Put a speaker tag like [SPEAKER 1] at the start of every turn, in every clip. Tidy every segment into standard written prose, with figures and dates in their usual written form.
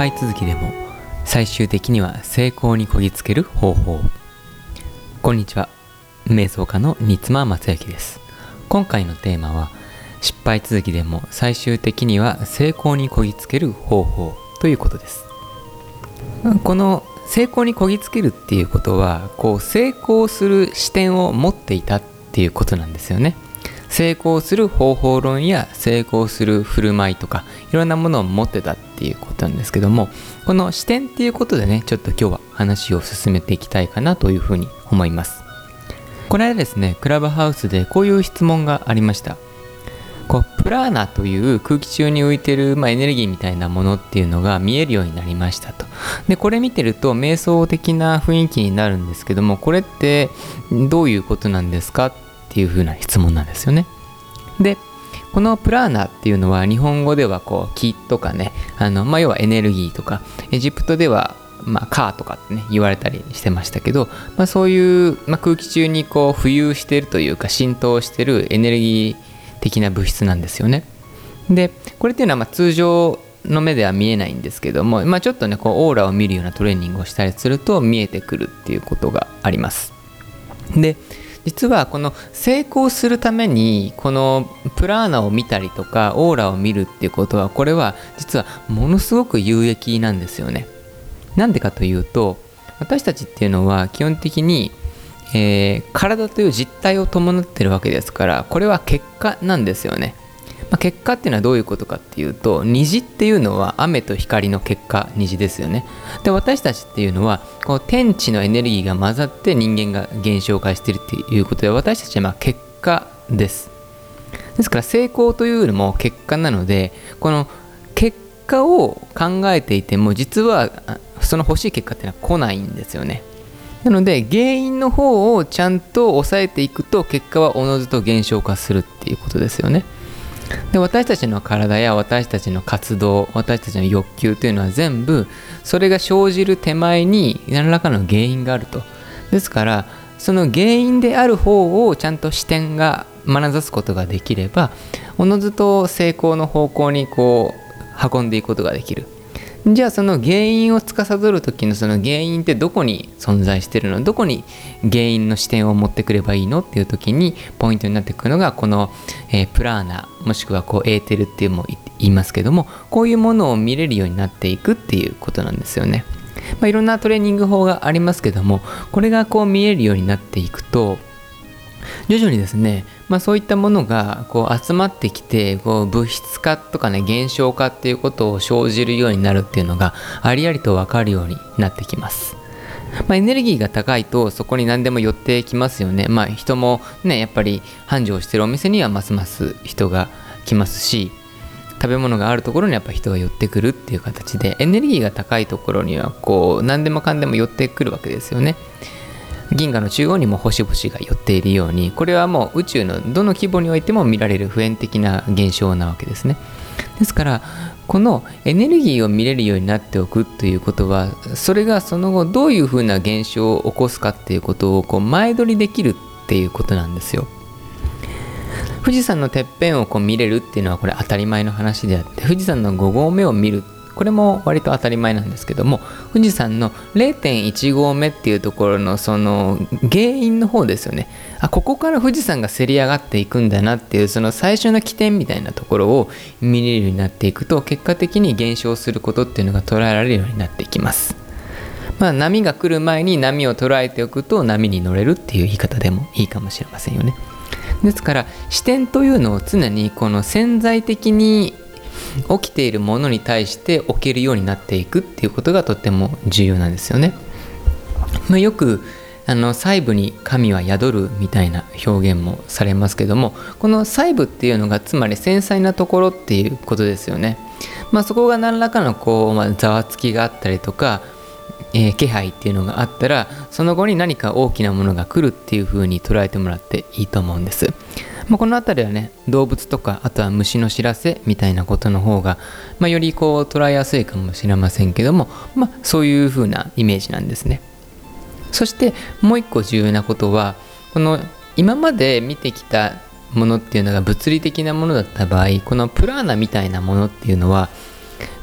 [SPEAKER 1] 敗続きでも最終的には成功にこぎつける方法。こんにちは、瞑想家の新妻正幸です。今回のテーマは失敗続きでも最終的には成功にこぎつける方法ということです。この成功にこぎつけるっていうことは成功する視点を持っていたっていうことなんですよね。成功する方法論や成功する振る舞いとかいろんなものを持ってたっていうことなんですけども、この視点っていうことでね、ちょっと今日は話を進めていきたいかなというふうに思います。この間ですね、クラブハウスでこういう質問がありました。プラーナという空気中に浮いてる、エネルギーみたいなものっていうのが見えるようになりましたと。で、これ見てると瞑想的な雰囲気になるんですけども、これってどういうことなんですかっていう風な質問なんですよね。で、このプラーナっていうのは日本語では気とかね、要はエネルギーとか、エジプトではカーとかってね言われたりしてましたけど、そういう、空気中に浮遊しているというか浸透しているエネルギー的な物質なんですよね。で、これっていうのは通常の目では見えないんですけども、ちょっとねオーラを見るようなトレーニングをしたりすると見えてくるっていうことがあります。で、実はこの成功するためにこのプラーナを見たりとかオーラを見るっていうことは、これは実はものすごく有益なんですよね。なんでかというと、私たちっていうのは基本的に、体という実体を伴ってるわけですから、これは結果なんですよね。結果っていうのはどういうことかっていうと、虹っていうのは雨と光の結果、虹ですよね。で、私たちっていうのは天地のエネルギーが混ざって人間が現象化しているっていうことで、私たちは結果です。ですから成功というのも結果なので、この結果を考えていても実はその欲しい結果っていうのは来ないんですよね。なので原因の方をちゃんと抑えていくと、結果はおのずと現象化するっていうことですよね。で、私たちの体や私たちの活動、私たちの欲求というのは全部それが生じる手前に何らかの原因があると。ですからその原因である方をちゃんと視点が眼差すことができれば、おのずと成功の方向に運んでいくことができる。じゃあその原因を司る時のその原因ってどこに存在しているの、どこに原因の視点を持ってくればいいのっていう時にポイントになってくるのがこの、プラーナ、もしくはエーテルっていうのも言いますけども、こういうものを見れるようになっていくっていうことなんですよね。いろんなトレーニング法がありますけども、これが見えるようになっていくと、徐々にですね、そういったものが集まってきて物質化とかね、現象化っていうことを生じるようになるっていうのがありありと分かるようになってきます。エネルギーが高いとそこに何でも寄ってきますよね。人もね、やっぱり繁盛してるお店にはますます人が来ますし、食べ物があるところにやっぱ人が寄ってくるっていう形で、エネルギーが高いところには何でもかんでも寄ってくるわけですよね。銀河の中央にも星々が寄っているように、これはもう宇宙のどの規模においても見られる普遍的な現象なわけですね。ですからこのエネルギーを見れるようになっておくということは、それがその後どういうふうな現象を起こすかっていうことを前取りできるっていうことなんですよ。富士山のてっぺんを見れるっていうのはこれ当たり前の話であって、富士山の5合目を見る、これも割と当たり前なんですけども、富士山の 0.1 合目っていうところのその原因の方ですよね。ここから富士山がせり上がっていくんだなっていう、その最初の起点みたいなところを見れるようになっていくと、結果的に現象することっていうのが捉えられるようになっていきます。波が来る前に波を捉えておくと波に乗れるっていう言い方でもいいかもしれませんよね。ですから視点というのを常に潜在的に起きているものに対して置けるようになっていくっていうことがとっても重要なんですよね。よく細部に神は宿るみたいな表現もされますけども、この細部っていうのがつまり繊細なところっていうことですよね。そこが何らかのざわつきがあったりとか、気配っていうのがあったら、その後に何か大きなものが来るっていう風に捉えてもらっていいと思うんです。この辺りはね、動物とかあとは虫の知らせみたいなことの方が、より捉えやすいかもしれませんけども、そういう風なイメージなんですね。そしてもう一個重要なことは、この今まで見てきたものっていうのが物理的なものだった場合、このプラーナみたいなものっていうのは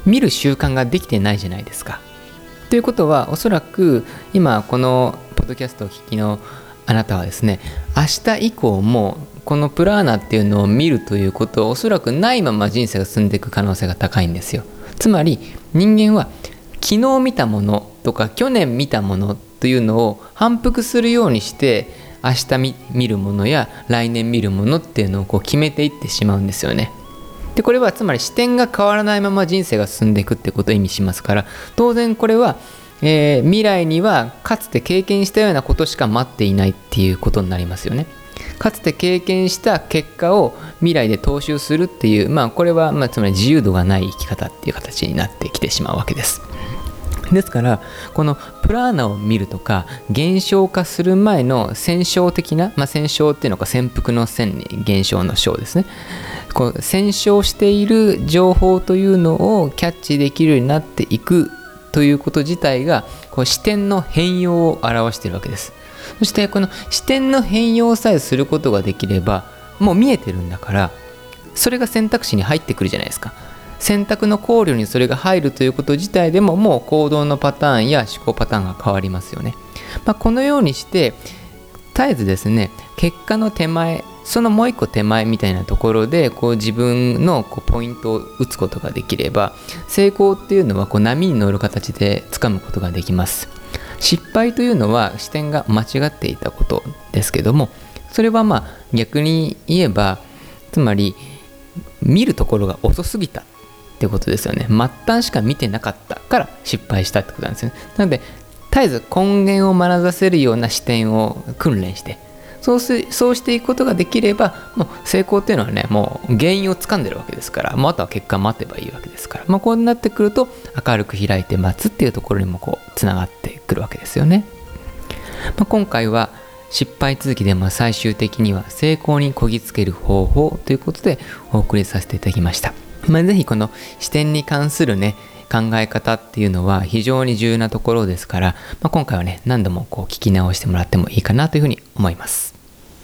[SPEAKER 1] 見る習慣ができてないじゃないですか。ということは、おそらく今このポッドキャストを聞きのあなたはですね、明日以降もこのプラーナっていうのを見るということはおそらくないまま人生が進んでいく可能性が高いんですよ。つまり人間は昨日見たものとか去年見たものというのを反復するようにして明日見るものや来年見るものっていうのを決めていってしまうんですよね。でこれはつまり視点が変わらないまま人生が進んでいくってことを意味しますから、当然これは、未来にはかつて経験したようなことしか待っていないっていうことになりますよね。かつて経験した結果を未来で踏襲するっていう、これは、つまり自由度がない生き方っていう形になってきてしまうわけです。ですからこのプラーナを見るとか現象化する前の線象的な、線象っていうのが潜伏の線に現象の象ですね。線象している情報というのをキャッチできるようになっていくということ自体が視点の変容を表しているわけです。そしてこの視点の変容さえすることができればもう見えてるんだから、それが選択肢に入ってくるじゃないですか。選択の考慮にそれが入るということ自体でももう行動のパターンや思考パターンが変わりますよね。このようにして絶えずですね、結果の手前、そのもう一個手前みたいなところで自分のポイントを打つことができれば、成功っていうのは波に乗る形でつかむことができます。失敗というのは視点が間違っていたことですけども、それは逆に言えば、つまり見るところが遅すぎたってことですよね。末端しか見てなかったから失敗したってことなんですよね。なので絶えず根源を学ばせるような視点を訓練して、そうしていくことができれば、もう成功っていうのはね、もう原因をつかんでるわけですから、あとは結果待てばいいわけですから、こうなってくると明るく開いて待つっていうところにもつながってくるわけですよね。今回は失敗続きでも最終的には成功にこぎつける方法ということでお送りさせていただきました。ぜひこの視点に関するね考え方っていうのは非常に重要なところですから、今回はね何度も聞き直してもらってもいいかなというふうに思います。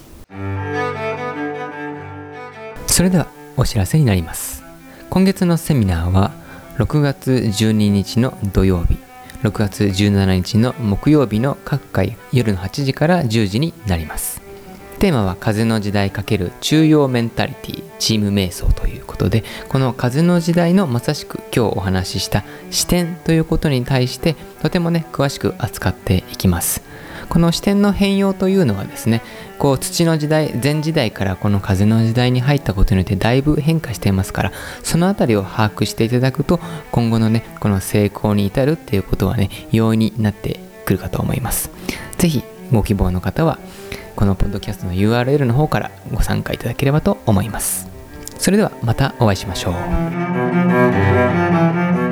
[SPEAKER 1] それではお知らせになります。今月のセミナーは6月12日の土曜日、6月17日の木曜日の各回夜の8時から10時になります。テーマは風の時代×中庸メンタリティチーム瞑想ということで、この風の時代のまさしく今日お話しした視点ということに対してとてもね詳しく扱っていきます。この視点の変容というのはですね、土の時代前時代からこの風の時代に入ったことによってだいぶ変化していますから、そのあたりを把握していただくと今後のねこの成功に至るっていうことはね容易になってくるかと思います。ぜひご希望の方はこのポッドキャストの URL の方からご参加いただければと思います。それではまたお会いしましょう。